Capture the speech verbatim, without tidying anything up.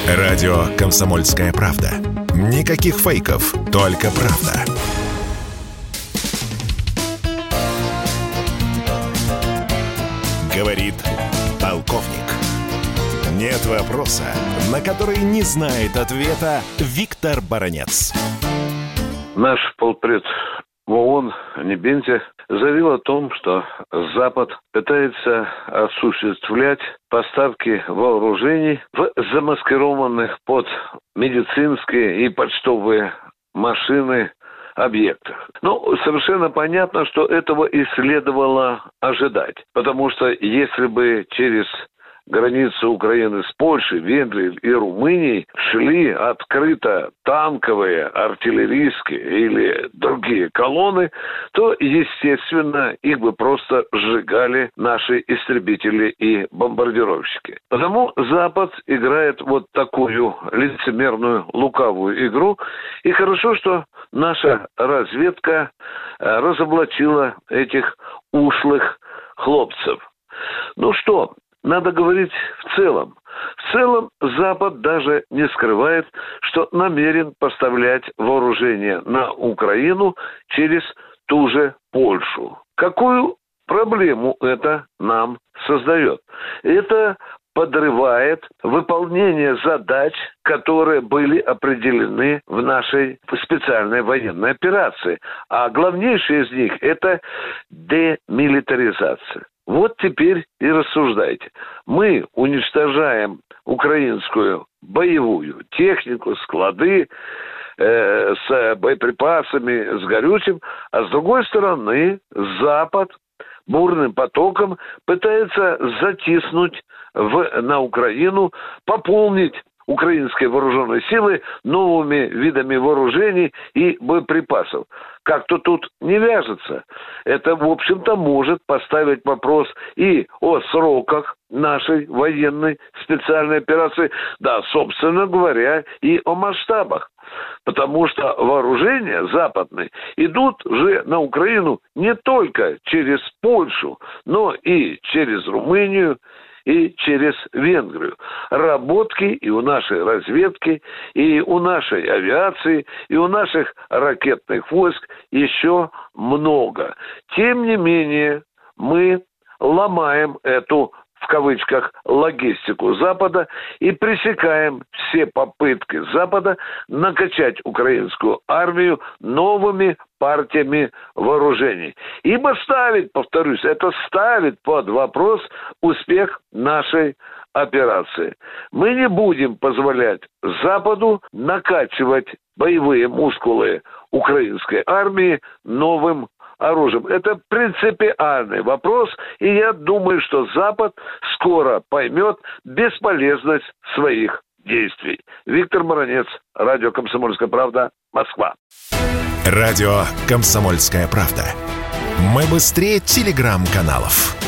Радио «Комсомольская правда». Никаких фейков, только правда. Говорит полковник. Нет вопроса, на который не знает ответа Виктор Баранец. Наш полпред в ООН Небензя заявил о том, что Запад пытается осуществлять поставки вооружений в замаскированных под медицинские и почтовые машины объектах. Ну, совершенно понятно, что этого и следовало ожидать. Потому что если бы через границу Украины с Польшей, Венгрией и Румынией шли открыто танковые, артиллерийские или другие колонны, то, естественно, их бы просто сжигали наши истребители и бомбардировщики. Потому Запад играет вот такую лицемерную, лукавую игру. И хорошо, что наша разведка разоблачила этих ушлых хлопцев. Ну что, надо говорить в целом. В целом Запад даже не скрывает, что намерен поставлять вооружение на Украину через ту же Польшу. Какую проблему это нам создает? Это подрывает выполнение задач, которые были определены в нашей специальной военной операции. А главнейшая из них – это демилитаризация. Вот теперь и рассуждайте. Мы уничтожаем украинскую боевую технику, склады э, с боеприпасами, с горючим, а с другой стороны Запад бурным потоком пытается затиснуть в, на Украину, пополнить украинские вооруженные силы новыми видами вооружений и боеприпасов. Как-то тут не вяжется. Это, в общем-то, может поставить вопрос и о сроках нашей военной специальной операции, да, собственно говоря, и о масштабах. Потому что вооружения западные идут же на Украину не только через Польшу, но и через Румынию, и через Венгрию. Работки и у нашей разведки, и у нашей авиации, и у наших ракетных войск еще много. Тем не менее, мы ломаем эту, в кавычках, логистику Запада и пресекаем все попытки Запада накачать украинскую армию новыми партиями вооружений. Ибо ставит, повторюсь, это ставит под вопрос успех нашей операции. Мы не будем позволять Западу накачивать боевые мускулы украинской армии новым оружием. Это принципиальный вопрос, и я думаю, что Запад скоро поймет бесполезность своих действий. Виктор Баранец, радио «Комсомольская правда», Москва. Радио «Комсомольская правда». Мы быстрее телеграм-каналов.